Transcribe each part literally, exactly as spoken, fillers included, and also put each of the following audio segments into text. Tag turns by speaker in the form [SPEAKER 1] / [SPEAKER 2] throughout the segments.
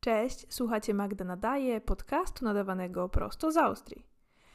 [SPEAKER 1] Cześć, słuchacie Magda Nadaje, podcastu nadawanego prosto z Austrii.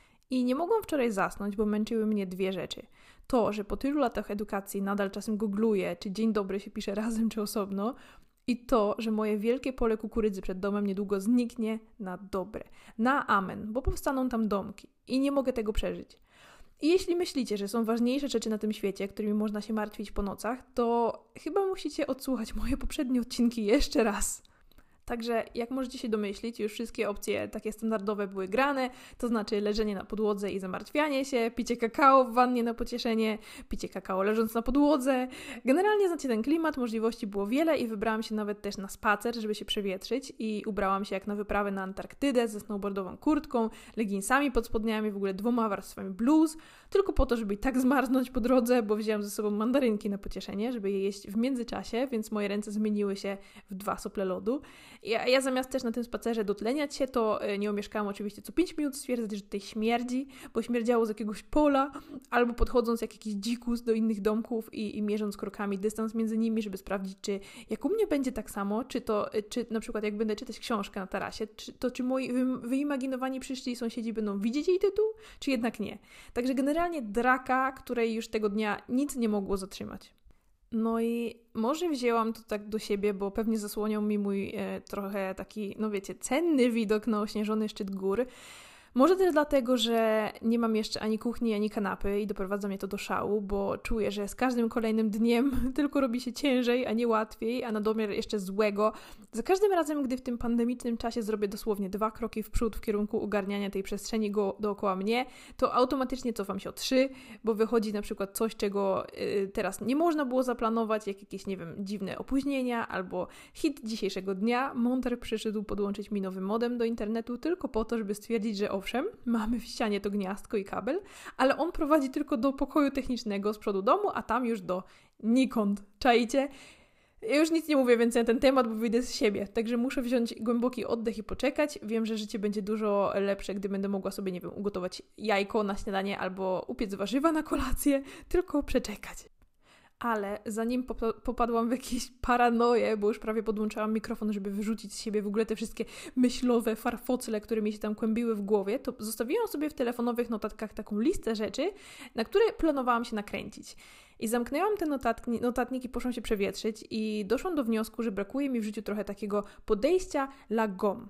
[SPEAKER 1] I nie mogłam wczoraj zasnąć, bo męczyły mnie dwie rzeczy. To, że po tylu latach edukacji nadal czasem googluję, czy dzień dobry się pisze razem, czy osobno. I to, że moje wielkie pole kukurydzy przed domem niedługo zniknie na dobre. Na amen, bo powstaną tam domki. I nie mogę tego przeżyć. I jeśli myślicie, że są ważniejsze rzeczy na tym świecie, którymi można się martwić po nocach, to chyba musicie odsłuchać moje poprzednie odcinki jeszcze raz. Także jak możecie się domyślić, już wszystkie opcje takie standardowe były grane, to znaczy leżenie na podłodze i zamartwianie się, picie kakao w wannie na pocieszenie, picie kakao leżąc na podłodze. Generalnie znacie ten klimat, możliwości było wiele i wybrałam się nawet też na spacer, żeby się przewietrzyć i ubrałam się jak na wyprawę na Antarktydę ze snowboardową kurtką, leginsami pod spodniami, w ogóle dwoma warstwami bluz, tylko po to, żeby i tak zmarznąć po drodze, bo wzięłam ze sobą mandarynki na pocieszenie, żeby je jeść w międzyczasie, więc moje ręce zmieniły się w dwa sople lodu. Ja, ja zamiast też na tym spacerze dotleniać się, to nie omieszkałam oczywiście co pięć minut stwierdzać, że tutaj śmierdzi, bo śmierdziało z jakiegoś pola, albo podchodząc jak jakiś dzikus do innych domków i, i mierząc krokami dystans między nimi, żeby sprawdzić, czy jak u mnie będzie tak samo, czy to, czy na przykład jak będę czytać książkę na tarasie, czy, to czy moi wy, wyimaginowani przyszli sąsiedzi będą widzieć jej tytuł, czy jednak nie. Także generalnie draka, której już tego dnia nic nie mogło zatrzymać. No i może wzięłam to tak do siebie, bo pewnie zasłonią mi mój e, trochę taki, no wiecie, cenny widok na ośnieżony szczyt gór. Może też dlatego, że nie mam jeszcze ani kuchni, ani kanapy i doprowadza mnie to do szału, bo czuję, że z każdym kolejnym dniem tylko robi się ciężej, a nie łatwiej, a na domiar jeszcze złego. Za każdym razem, gdy w tym pandemicznym czasie zrobię dosłownie dwa kroki w przód w kierunku ogarniania tej przestrzeni go, dookoła mnie, to automatycznie cofam się o trzy, bo wychodzi na przykład coś, czego y, teraz nie można było zaplanować, jak jakieś, nie wiem, dziwne opóźnienia albo hit dzisiejszego dnia. Monter przyszedł podłączyć mi nowy modem do internetu tylko po to, żeby stwierdzić, że owszem, mamy w ścianie to gniazdko i kabel, ale on prowadzi tylko do pokoju technicznego z przodu domu, a tam już do nikąd. Czajcie? Ja już nic nie mówię więcej na ten temat, bo wyjdę z siebie, także muszę wziąć głęboki oddech i poczekać. Wiem, że życie będzie dużo lepsze, gdy będę mogła sobie, nie wiem, ugotować jajko na śniadanie albo upiec warzywa na kolację, tylko przeczekać. Ale zanim popadłam w jakieś paranoje, bo już prawie podłączałam mikrofon, żeby wyrzucić z siebie w ogóle te wszystkie myślowe farfocle, które mi się tam kłębiły w głowie, to zostawiłam sobie w telefonowych notatkach taką listę rzeczy, na które planowałam się nakręcić. I zamknęłam te notatki, notatniki, poszłam się przewietrzyć i doszłam do wniosku, że brakuje mi w życiu trochę takiego podejścia la gomme.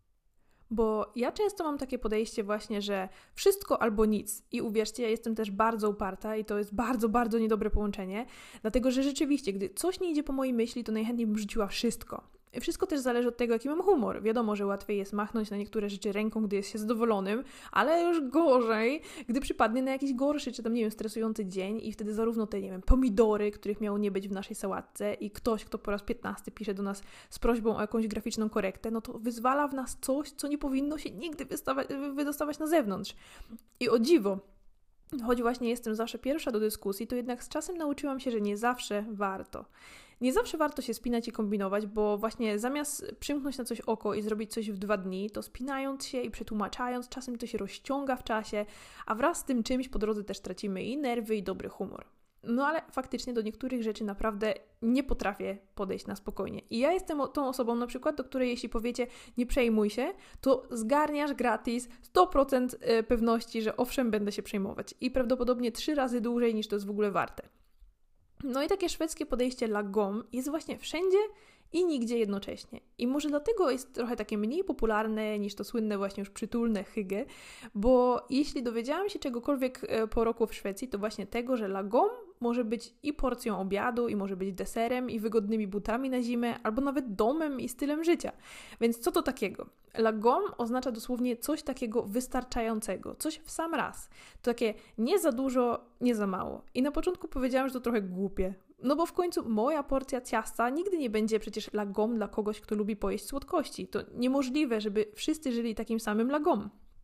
[SPEAKER 1] Bo ja często mam takie podejście właśnie, że wszystko albo nic. I uwierzcie, ja jestem też bardzo uparta i to jest bardzo, bardzo niedobre połączenie, dlatego że rzeczywiście, gdy coś nie idzie po mojej myśli, to najchętniej bym rzuciła wszystko. Wszystko też zależy od tego, jaki mam humor. Wiadomo, że łatwiej jest machnąć na niektóre rzeczy ręką, gdy jest się zadowolonym, ale już gorzej, gdy przypadnie na jakiś gorszy, czy tam, nie wiem, stresujący dzień i wtedy zarówno te, nie wiem, pomidory, których miało nie być w naszej sałatce i ktoś, kto po raz piętnasty pisze do nas z prośbą o jakąś graficzną korektę, no to wyzwala w nas coś, co nie powinno się nigdy wystawać, wydostawać na zewnątrz. I o dziwo, choć właśnie jestem zawsze pierwsza do dyskusji, to jednak z czasem nauczyłam się, że nie zawsze warto. Nie zawsze warto się spinać i kombinować, bo właśnie zamiast przymknąć na coś oko i zrobić coś w dwa dni, to spinając się i przetłumaczając, czasem to się rozciąga w czasie, a wraz z tym czymś po drodze też tracimy i nerwy, i dobry humor. No ale faktycznie do niektórych rzeczy naprawdę nie potrafię podejść na spokojnie. I ja jestem tą osobą na przykład, do której jeśli powiecie nie przejmuj się, to zgarniasz gratis sto procent pewności, że owszem będę się przejmować. I prawdopodobnie trzy razy dłużej niż to jest w ogóle warte. No i takie szwedzkie podejście la gomme jest właśnie wszędzie i nigdzie jednocześnie. I może dlatego jest trochę takie mniej popularne niż to słynne właśnie już przytulne hygge, bo jeśli dowiedziałam się czegokolwiek po roku w Szwecji, to właśnie tego, że la gomme może być i porcją obiadu, i może być deserem, i wygodnymi butami na zimę, albo nawet domem i stylem życia. Więc co to takiego? La gomme oznacza dosłownie coś takiego wystarczającego, coś w sam raz. To takie nie za dużo, nie za mało. I na początku powiedziałam, że to trochę głupie. No bo w końcu moja porcja ciasta nigdy nie będzie przecież la gomme dla kogoś, kto lubi pojeść słodkości. To niemożliwe, żeby wszyscy żyli takim samym la gomme.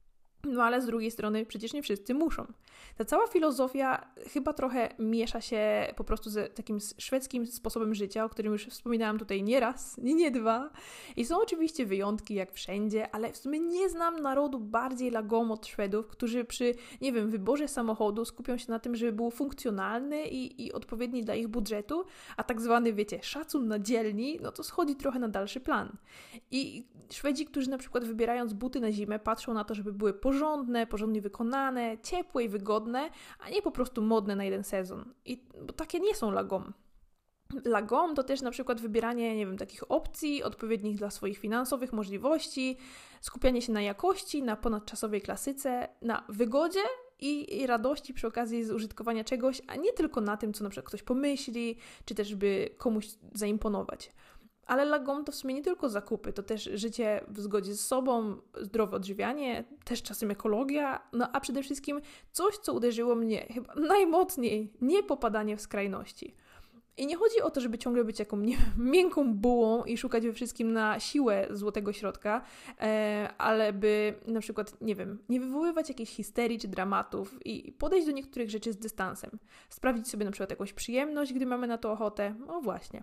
[SPEAKER 1] No ale z drugiej strony przecież nie wszyscy muszą. Ta cała filozofia chyba trochę miesza się po prostu z takim szwedzkim sposobem życia, o którym już wspominałam tutaj nie raz, nie, nie dwa. I są oczywiście wyjątki jak wszędzie, ale w sumie nie znam narodu bardziej lagom od Szwedów, którzy przy, nie wiem, wyborze samochodu skupią się na tym, żeby był funkcjonalny i, i odpowiedni dla ich budżetu, a tak zwany, wiecie, szacun na dzielni, no to schodzi trochę na dalszy plan. I Szwedzi, którzy na przykład wybierając buty na zimę, patrzą na to, żeby były porządne, porządnie wykonane, ciepłe i wygodne, a nie po prostu modne na jeden sezon. I bo takie nie są lagom. Lagom to też na przykład wybieranie, nie wiem, takich opcji odpowiednich dla swoich finansowych możliwości, skupianie się na jakości, na ponadczasowej klasyce, na wygodzie i, i radości przy okazji z użytkowania czegoś, a nie tylko na tym, co na przykład ktoś pomyśli, czy też by komuś zaimponować. Ale lagom to w sumie nie tylko zakupy, to też życie w zgodzie z sobą, zdrowe odżywianie, też czasem ekologia, no a przede wszystkim coś, co uderzyło mnie chyba najmocniej, nie popadanie w skrajności. I nie chodzi o to, żeby ciągle być jaką nie, miękką bułą i szukać we wszystkim na siłę złotego środka, e, ale by na przykład, nie wiem, nie wywoływać jakiejś histerii czy dramatów i podejść do niektórych rzeczy z dystansem. Sprawdzić sobie na przykład jakąś przyjemność, gdy mamy na to ochotę. No właśnie.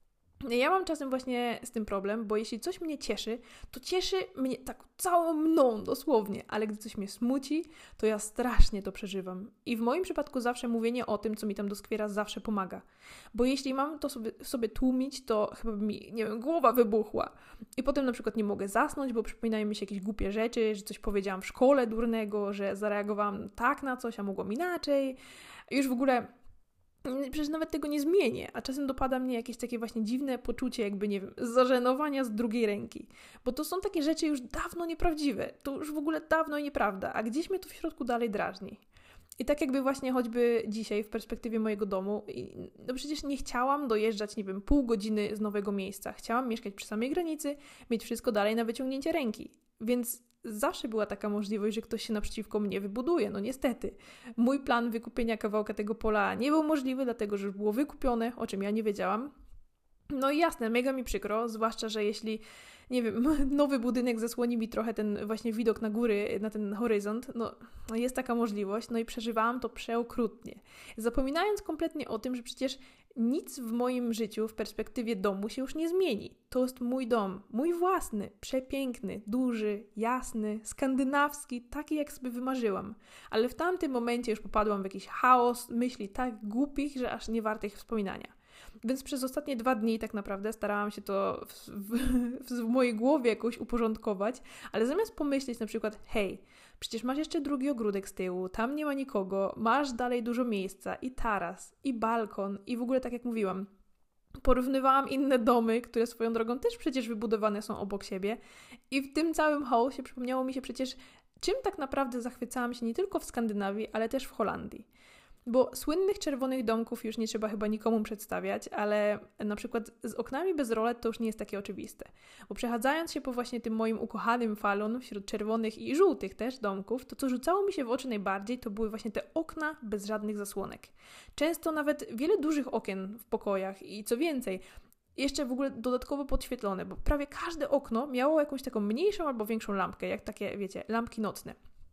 [SPEAKER 1] Ja mam czasem właśnie z tym problem, bo jeśli coś mnie cieszy, to cieszy mnie tak całą mną dosłownie, ale gdy coś mnie smuci, to ja strasznie to przeżywam. I w moim przypadku zawsze mówienie o tym, co mi tam doskwiera, zawsze pomaga. Bo jeśli mam to sobie, sobie tłumić, to chyba by mi, nie wiem, głowa wybuchła. I potem na przykład nie mogę zasnąć, bo przypominają mi się jakieś głupie rzeczy, że coś powiedziałam w szkole durnego, że zareagowałam tak na coś, a mogłam inaczej. I już w ogóle... Przecież nawet tego nie zmienię, a czasem dopada mnie jakieś takie właśnie dziwne poczucie jakby, nie wiem, zażenowania z drugiej ręki. Bo to są takie rzeczy już dawno nieprawdziwe. To już w ogóle dawno nieprawda, a gdzieś mnie to w środku dalej drażni. I tak jakby właśnie choćby dzisiaj w perspektywie mojego domu, no przecież nie chciałam dojeżdżać, nie wiem, pół godziny z nowego miejsca. Chciałam mieszkać przy samej granicy, mieć wszystko dalej na wyciągnięcie ręki. Więc zawsze była taka możliwość, że ktoś się naprzeciwko mnie wybuduje, no niestety. Mój plan wykupienia kawałka tego pola nie był możliwy, dlatego że już było wykupione, o czym ja nie wiedziałam. No i jasne, mega mi przykro, zwłaszcza, że jeśli, nie wiem, nowy budynek zasłoni mi trochę ten właśnie widok na góry, na ten horyzont, no jest taka możliwość, no i przeżywałam to przeokrutnie. Zapominając kompletnie o tym, że przecież nic w moim życiu w perspektywie domu się już nie zmieni. To jest mój dom, mój własny, przepiękny, duży, jasny, skandynawski, taki jak sobie wymarzyłam. Ale w tamtym momencie już popadłam w jakiś chaos myśli tak głupich, że aż nie warte ich wspominania. Więc przez ostatnie dwa dni tak naprawdę starałam się to w, w, w mojej głowie jakoś uporządkować, ale zamiast pomyśleć na przykład, hej, przecież masz jeszcze drugi ogródek z tyłu, tam nie ma nikogo, masz dalej dużo miejsca i taras, i balkon, i w ogóle tak jak mówiłam, porównywałam inne domy, które swoją drogą też przecież wybudowane są obok siebie i w tym całym chaosie przypomniało mi się przecież, czym tak naprawdę zachwycałam się nie tylko w Skandynawii, ale też w Holandii. Bo słynnych czerwonych domków już nie trzeba chyba nikomu przedstawiać, ale na przykład z oknami bez rolet to już nie jest takie oczywiste. Bo przechadzając się po właśnie tym moim ukochanym Falun wśród czerwonych i żółtych też domków, to co rzucało mi się w oczy najbardziej, to były właśnie te okna bez żadnych zasłonek. Często nawet wiele dużych okien w pokojach i co więcej, jeszcze w ogóle dodatkowo podświetlone, bo prawie każde okno miało jakąś taką mniejszą albo większą lampkę, jak takie, wiecie, lampki nocne.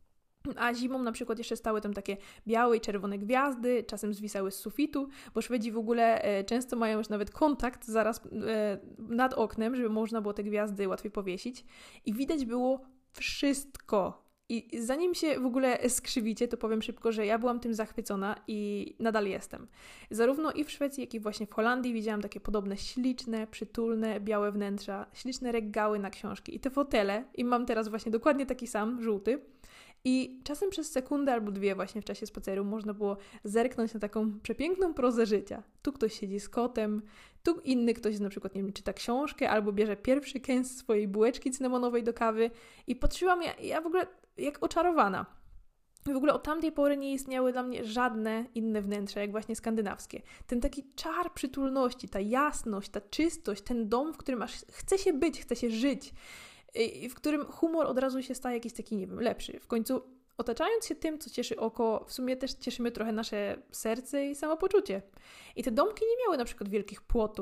[SPEAKER 1] A zimą na przykład jeszcze stały tam takie białe i czerwone gwiazdy, czasem zwisały z sufitu, bo Szwedzi w ogóle e, często mają już nawet kontakt zaraz e, nad oknem, żeby można było te gwiazdy łatwiej powiesić. I widać było wszystko. I zanim się w ogóle skrzywicie, to powiem szybko, że ja byłam tym zachwycona i nadal jestem. Zarówno i w Szwecji, jak i właśnie w Holandii widziałam takie podobne śliczne, przytulne, białe wnętrza, śliczne regały na książki i te fotele. I mam teraz właśnie dokładnie taki sam, żółty. I czasem przez sekundę albo dwie właśnie w czasie spaceru można było zerknąć na taką przepiękną prozę życia. Tu ktoś siedzi z kotem, tu inny ktoś na przykład, nie wiem, czyta książkę albo bierze pierwszy kęs swojej bułeczki cynamonowej do kawy i patrzyłam ja, ja w ogóle jak oczarowana. W ogóle od tamtej pory nie istniały dla mnie żadne inne wnętrza, jak właśnie skandynawskie. Ten taki czar przytulności, ta jasność, ta czystość, ten dom, w którym aż chce się być, chce się żyć. I w którym humor od razu się staje jakiś taki, nie wiem, lepszy. W końcu otaczając się tym, co cieszy oko, w sumie też cieszymy trochę nasze serce i samopoczucie. I te domki nie miały na przykład wielkich płotów.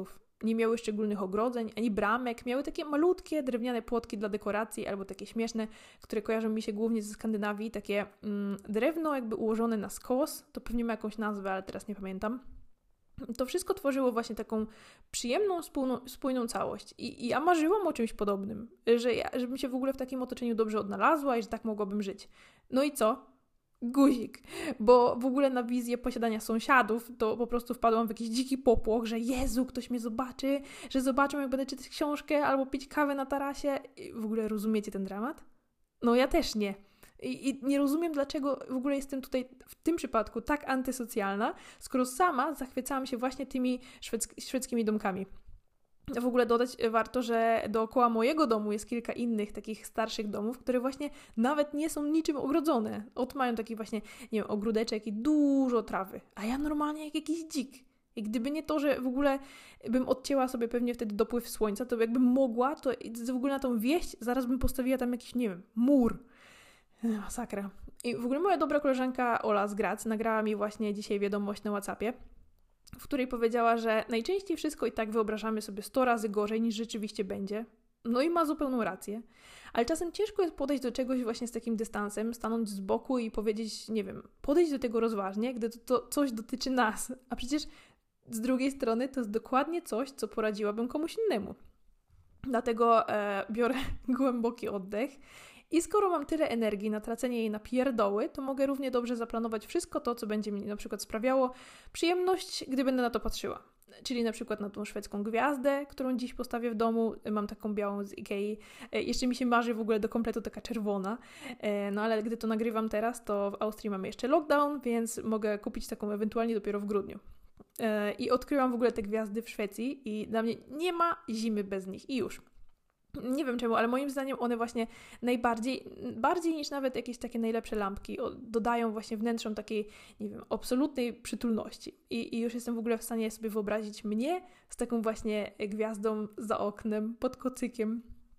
[SPEAKER 1] nie miały szczególnych ogrodzeń, ani bramek, miały takie malutkie drewniane płotki dla dekoracji, albo takie śmieszne, które kojarzą mi się głównie ze Skandynawii, takie mm, drewno jakby ułożone na skos, to pewnie ma jakąś nazwę, ale teraz nie pamiętam. To wszystko tworzyło właśnie taką przyjemną, spójną, spójną całość. I, I ja marzyłam o czymś podobnym, że ja, żebym się w ogóle w takim otoczeniu dobrze odnalazła i że tak mogłabym żyć. No i co? Guzik, bo w ogóle na wizję posiadania sąsiadów to po prostu wpadłam w jakiś dziki popłoch, że Jezu, ktoś mnie zobaczy, że zobaczą jak będę czytać książkę albo pić kawę na tarasie. I w ogóle rozumiecie ten dramat? No ja też nie. I, I nie rozumiem, dlaczego w ogóle jestem tutaj w tym przypadku tak antysocjalna, skoro sama zachwycałam się właśnie tymi szwedzk- szwedzkimi domkami. W ogóle dodać warto, że dookoła mojego domu jest kilka innych takich starszych domów, które właśnie nawet nie są niczym ogrodzone. Ot mają taki właśnie, nie wiem, ogródeczek i dużo trawy, a ja normalnie jak jakiś dzik. I gdyby nie to, że w ogóle bym odcięła sobie pewnie wtedy dopływ słońca, to jakbym mogła, to w ogóle na tą wieś zaraz bym postawiła tam jakiś, nie wiem, mur. Masakra. I w ogóle moja dobra koleżanka Ola z Graz nagrała mi właśnie dzisiaj wiadomość na WhatsAppie, w której powiedziała, że najczęściej wszystko i tak wyobrażamy sobie sto razy gorzej niż rzeczywiście będzie. No i ma zupełną rację. Ale czasem ciężko jest podejść do czegoś właśnie z takim dystansem, stanąć z boku i powiedzieć, nie wiem, podejść do tego rozważnie, gdy to, to coś dotyczy nas. A przecież z drugiej strony to jest dokładnie coś, co poradziłabym komuś innemu. Dlatego e, biorę głęboki oddech. I skoro mam tyle energii na tracenie jej na pierdoły, to mogę równie dobrze zaplanować wszystko to, co będzie mi na przykład sprawiało przyjemność, gdy będę na to patrzyła. Czyli na przykład na tą szwedzką gwiazdę, którą dziś postawię w domu. Mam taką białą z Ikei. Jeszcze mi się marzy w ogóle do kompletu taka czerwona. No ale gdy to nagrywam teraz, to w Austrii mamy jeszcze lockdown, więc mogę kupić taką ewentualnie dopiero w grudniu. I odkryłam w ogóle te gwiazdy w Szwecji i dla mnie nie ma zimy bez nich. I już. Nie wiem czemu, ale moim zdaniem one właśnie najbardziej, bardziej niż nawet jakieś takie najlepsze lampki, dodają właśnie wnętrzom takiej, nie wiem, absolutnej przytulności. I, I już jestem w ogóle w stanie sobie wyobrazić mnie z taką właśnie gwiazdą za oknem, pod kocykiem.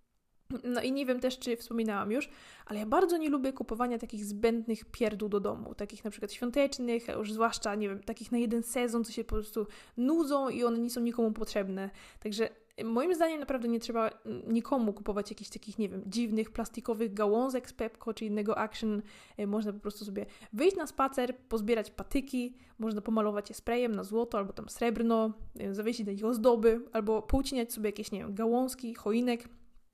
[SPEAKER 1] No i nie wiem też, czy wspominałam już, ale ja bardzo nie lubię kupowania takich zbędnych pierdół do domu, takich na przykład świątecznych, już zwłaszcza, nie wiem, takich na jeden sezon, co się po prostu nudzą i one nie są nikomu potrzebne. Także moim zdaniem naprawdę nie trzeba nikomu kupować jakichś takich, nie wiem, dziwnych, plastikowych gałązek z Pepco czy innego Action. Można po prostu sobie wyjść na spacer, pozbierać patyki, można pomalować je sprayem na złoto albo tam srebrno, zawiesić na nich ozdoby, albo poucinać sobie jakieś, nie wiem, gałązki, choinek.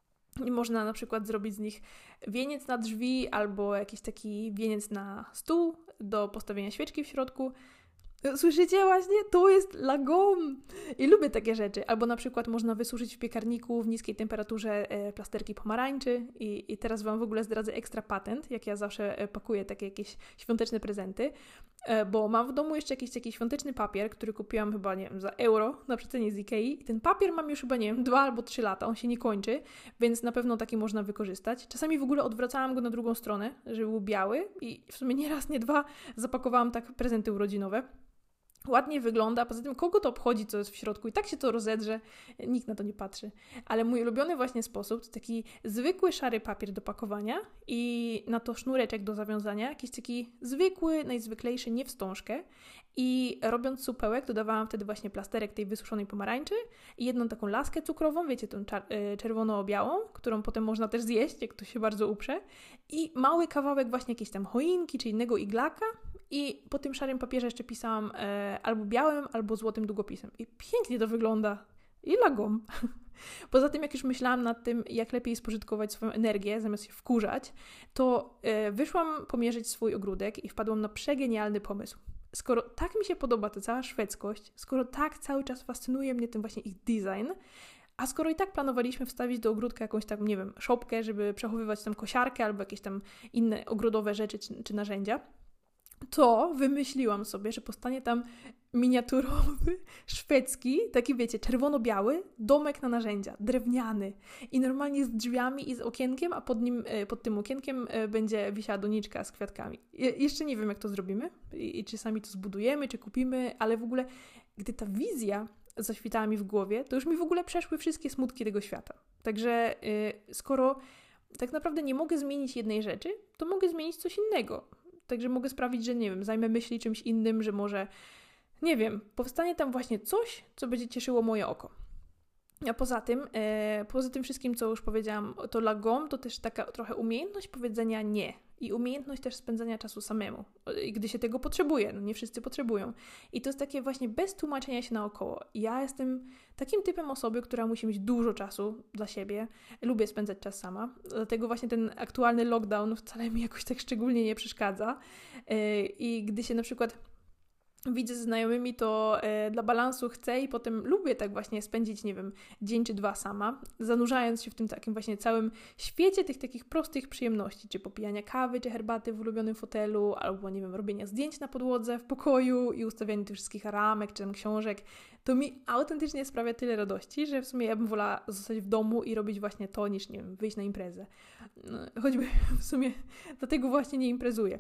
[SPEAKER 1] I można na przykład zrobić z nich wieniec na drzwi albo jakiś taki wieniec na stół do postawienia świeczki w środku. Słyszycie właśnie? To jest lagom! I lubię takie rzeczy. Albo na przykład można wysuszyć w piekarniku w niskiej temperaturze plasterki pomarańczy. I, i teraz Wam w ogóle zdradzę ekstra patent, jak ja zawsze pakuję takie jakieś świąteczne prezenty. Bo mam w domu jeszcze jakiś taki świąteczny papier, który kupiłam chyba, nie wiem, za euro na przecenie z Ikei. I ten papier mam już chyba, nie wiem, dwa albo trzy lata. On się nie kończy, więc na pewno taki można wykorzystać. Czasami w ogóle odwracałam go na drugą stronę, żeby był biały. I w sumie nie raz, nie dwa zapakowałam tak prezenty urodzinowe. Ładnie wygląda, poza tym kogo to obchodzi, co jest w środku i tak się to rozedrze, nikt na to nie patrzy. Ale mój ulubiony właśnie sposób to taki zwykły szary papier do pakowania i na to sznureczek do zawiązania, jakiś taki zwykły, najzwyklejszy, nie wstążkę. I robiąc supełek dodawałam wtedy właśnie plasterek tej wysuszonej pomarańczy i jedną taką laskę cukrową, wiecie, tą czar- czerwono-białą, którą potem można też zjeść, jak to się bardzo uprze. I mały kawałek właśnie jakiejś tam choinki czy innego iglaka. I po tym szarym papierze jeszcze pisałam e, albo białym, albo złotym długopisem. I pięknie to wygląda. I lagom. Poza tym, jak już myślałam nad tym, jak lepiej spożytkować swoją energię, zamiast się wkurzać, to e, wyszłam pomierzyć swój ogródek i wpadłam na przegenialny pomysł. Skoro tak mi się podoba ta cała szwedzkość, skoro tak cały czas fascynuje mnie ten właśnie ich design, a skoro i tak planowaliśmy wstawić do ogródka jakąś tam, nie wiem, szopkę, żeby przechowywać tam kosiarkę albo jakieś tam inne ogrodowe rzeczy czy, czy narzędzia, to wymyśliłam sobie, że powstanie tam miniaturowy, szwedzki, taki wiecie, czerwono-biały domek na narzędzia, drewniany i normalnie z drzwiami i z okienkiem, a pod nim, pod tym okienkiem będzie wisiała doniczka z kwiatkami. Je- jeszcze nie wiem, jak to zrobimy i, i czy sami to zbudujemy, czy kupimy, ale w ogóle, gdy ta wizja zaświtała mi w głowie, to już mi w ogóle przeszły wszystkie smutki tego świata. Także yy, skoro tak naprawdę nie mogę zmienić jednej rzeczy, to mogę zmienić coś innego. Także mogę sprawić, że nie wiem, zajmę myśli czymś innym, że może, nie wiem, powstanie tam właśnie coś, co będzie cieszyło moje oko. A poza tym, e, poza tym wszystkim, co już powiedziałam, to lagom to też taka trochę umiejętność powiedzenia nie i umiejętność też spędzania czasu samemu, gdy się tego potrzebuje, no nie wszyscy potrzebują. I to jest takie właśnie bez tłumaczenia się naokoło. Ja jestem takim typem osoby, która musi mieć dużo czasu dla siebie, lubię spędzać czas sama, dlatego właśnie ten aktualny lockdown wcale mi jakoś tak szczególnie nie przeszkadza. E, I gdy się na przykład widzę ze znajomymi, to e, dla balansu chcę i potem lubię tak właśnie spędzić, nie wiem, dzień czy dwa sama, zanurzając się w tym takim właśnie całym świecie tych takich prostych przyjemności, czy popijania kawy, czy herbaty w ulubionym fotelu, albo, nie wiem, robienia zdjęć na podłodze w pokoju i ustawiania tych wszystkich ramek, czy tam książek. To mi autentycznie sprawia tyle radości, że w sumie ja bym wolała zostać w domu i robić właśnie to, niż, nie wiem, wyjść na imprezę. No, choćby w sumie dlatego właśnie nie imprezuję.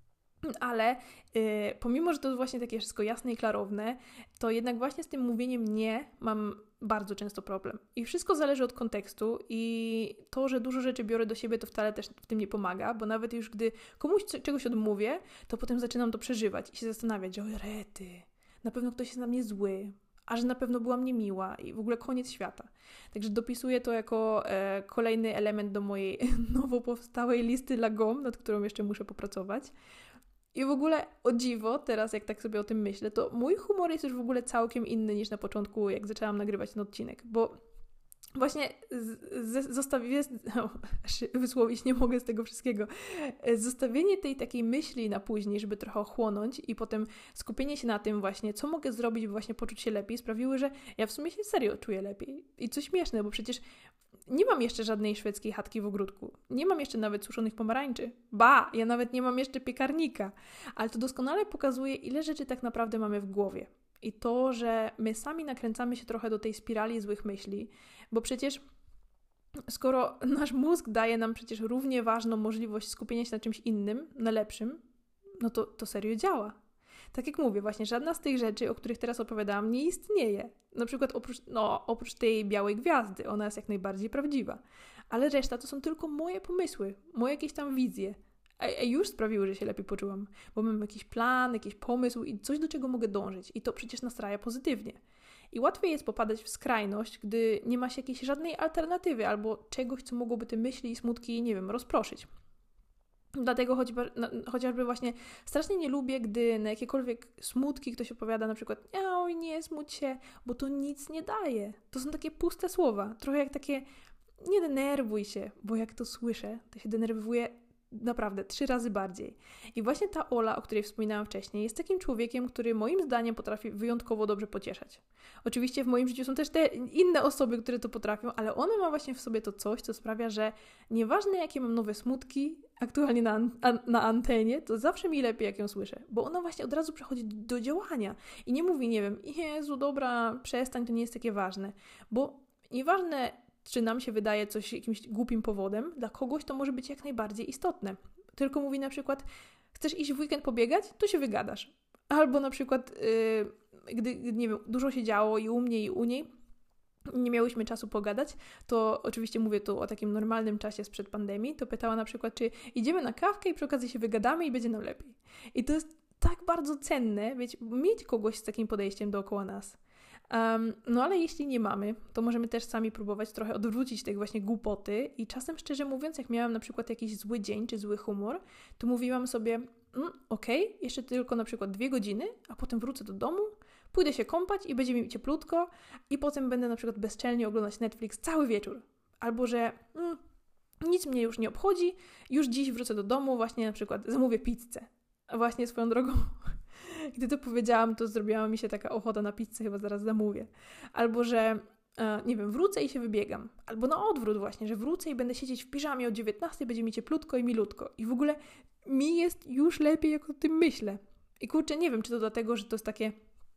[SPEAKER 1] Ale yy, pomimo, że to jest właśnie takie wszystko jasne i klarowne, to jednak właśnie z tym mówieniem nie mam bardzo często problem. I wszystko zależy od kontekstu i to, że dużo rzeczy biorę do siebie, to wcale też w tym nie pomaga, bo nawet już gdy komuś czegoś odmówię, to potem zaczynam to przeżywać i się zastanawiać, że o rety, na pewno ktoś jest na mnie zły, a że na pewno byłam niemiła i w ogóle koniec świata. Także dopisuję to jako e, kolejny element do mojej nowo powstałej listy lagom, nad którą jeszcze muszę popracować. I w ogóle, o dziwo, teraz jak tak sobie o tym myślę, to mój humor jest już w ogóle całkiem inny niż na początku, jak zaczęłam nagrywać ten odcinek, bo właśnie zostawienie, no, wysłowić nie mogę z tego wszystkiego, zostawienie tej takiej myśli na później, żeby trochę ochłonąć i potem skupienie się na tym właśnie, co mogę zrobić, by właśnie poczuć się lepiej, sprawiły, że ja w sumie się serio czuję lepiej. I co śmieszne, bo przecież nie mam jeszcze żadnej szwedzkiej chatki w ogródku. Nie mam jeszcze nawet suszonych pomarańczy. Ba, ja nawet nie mam jeszcze piekarnika. Ale to doskonale pokazuje, ile rzeczy tak naprawdę mamy w głowie. I to, że my sami nakręcamy się trochę do tej spirali złych myśli, bo przecież skoro nasz mózg daje nam przecież równie ważną możliwość skupienia się na czymś innym, na lepszym, no to, to serio działa. Tak jak mówię, właśnie żadna z tych rzeczy, o których teraz opowiadałam, nie istnieje. Na przykład oprócz, no, oprócz tej białej gwiazdy, ona jest jak najbardziej prawdziwa. Ale reszta to są tylko moje pomysły, moje jakieś tam wizje. A, a już sprawiły, że się lepiej poczułam, bo mam jakiś plan, jakiś pomysł i coś, do czego mogę dążyć. I to przecież nastraja pozytywnie. I łatwiej jest popadać w skrajność, gdy nie ma się jakiejś żadnej alternatywy albo czegoś, co mogłoby te myśli i smutki, nie wiem, rozproszyć. Dlatego choćby, no, chociażby właśnie strasznie nie lubię, gdy na jakiekolwiek smutki ktoś opowiada na przykład oj, nie smuć się, bo to nic nie daje. To są takie puste słowa, trochę jak takie nie denerwuj się, bo jak to słyszę, to się denerwuję naprawdę trzy razy bardziej. I właśnie ta Ola, o której wspominałam wcześniej, jest takim człowiekiem, który moim zdaniem potrafi wyjątkowo dobrze pocieszać. Oczywiście w moim życiu są też te inne osoby, które to potrafią, ale ona ma właśnie w sobie to coś, co sprawia, że nieważne jakie mam nowe smutki aktualnie na, an- na antenie, to zawsze mi lepiej, jak ją słyszę, bo ona właśnie od razu przechodzi do, do działania i nie mówi, nie wiem, Jezu, dobra, przestań, to nie jest takie ważne, bo nieważne, czy nam się wydaje coś jakimś głupim powodem, dla kogoś to może być jak najbardziej istotne. Tylko mówi na przykład, chcesz iść w weekend pobiegać? To się wygadasz. Albo na przykład, yy, gdy, nie wiem, dużo się działo i u mnie, i u niej, nie miałyśmy czasu pogadać, to oczywiście mówię tu o takim normalnym czasie sprzed pandemii, to pytała na przykład, czy idziemy na kawkę i przy okazji się wygadamy i będzie nam lepiej. I to jest tak bardzo cenne, wiecie, mieć kogoś z takim podejściem dookoła nas. Um, no ale jeśli nie mamy, to możemy też sami próbować trochę odwrócić tej właśnie głupoty i czasem szczerze mówiąc, jak miałam na przykład jakiś zły dzień czy zły humor, to mówiłam sobie, mm, okej, okay, jeszcze tylko na przykład dwie godziny, a potem wrócę do domu, pójdę się kąpać i będzie mi cieplutko i potem będę na przykład bezczelnie oglądać Netflix cały wieczór. Albo, że mm, nic mnie już nie obchodzi, już dziś wrócę do domu, właśnie na przykład zamówię pizzę. A właśnie swoją drogą, gdy to powiedziałam, to zrobiła mi się taka ochota na pizzę, chyba zaraz zamówię. Albo, że e, nie wiem, wrócę i się wybiegam. Albo na odwrót właśnie, że wrócę i będę siedzieć w piżamie o dziewiętnastej, będzie mi cieplutko i milutko. I w ogóle mi jest już lepiej, jak o tym myślę. I kurczę, nie wiem, czy to dlatego, że to jest takie,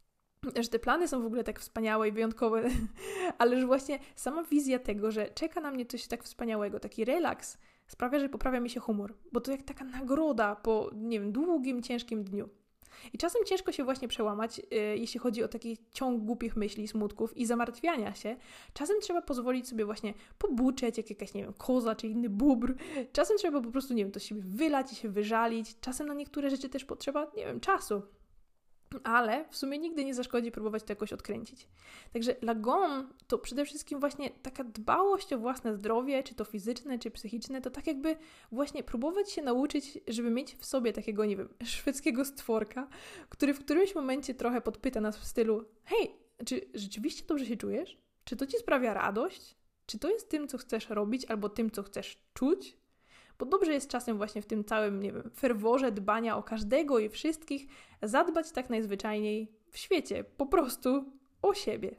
[SPEAKER 1] że te plany są w ogóle tak wspaniałe i wyjątkowe, ale że właśnie sama wizja tego, że czeka na mnie coś tak wspaniałego, taki relaks, sprawia, że poprawia mi się humor. Bo to jak taka nagroda po, nie wiem, długim, ciężkim dniu. I czasem ciężko się właśnie przełamać, yy, jeśli chodzi o taki ciąg głupich myśli, smutków i zamartwiania się. Czasem trzeba pozwolić sobie właśnie pobuczeć, jak jakaś, nie wiem, koza czy inny bóbr. Czasem trzeba po prostu, nie wiem, to z siebie wylać i się wyżalić. Czasem na niektóre rzeczy też potrzeba, nie wiem, czasu. ale w sumie nigdy nie zaszkodzi próbować to jakoś odkręcić. Także Lagom to przede wszystkim właśnie taka dbałość o własne zdrowie, czy to fizyczne, czy psychiczne, to tak jakby właśnie próbować się nauczyć, żeby mieć w sobie takiego, nie wiem, szwedzkiego stworka, który w którymś momencie trochę podpyta nas w stylu: hej, czy rzeczywiście dobrze się czujesz? Czy to ci sprawia radość? Czy to jest tym, co chcesz robić, albo tym, co chcesz czuć? Bo dobrze jest czasem właśnie w tym całym, nie wiem, ferworze dbania o każdego i wszystkich zadbać tak najzwyczajniej w świecie, po prostu o siebie.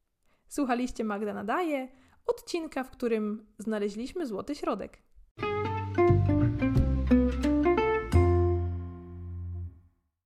[SPEAKER 1] Słuchaliście Magda Nadaje, odcinka, w którym znaleźliśmy złoty środek.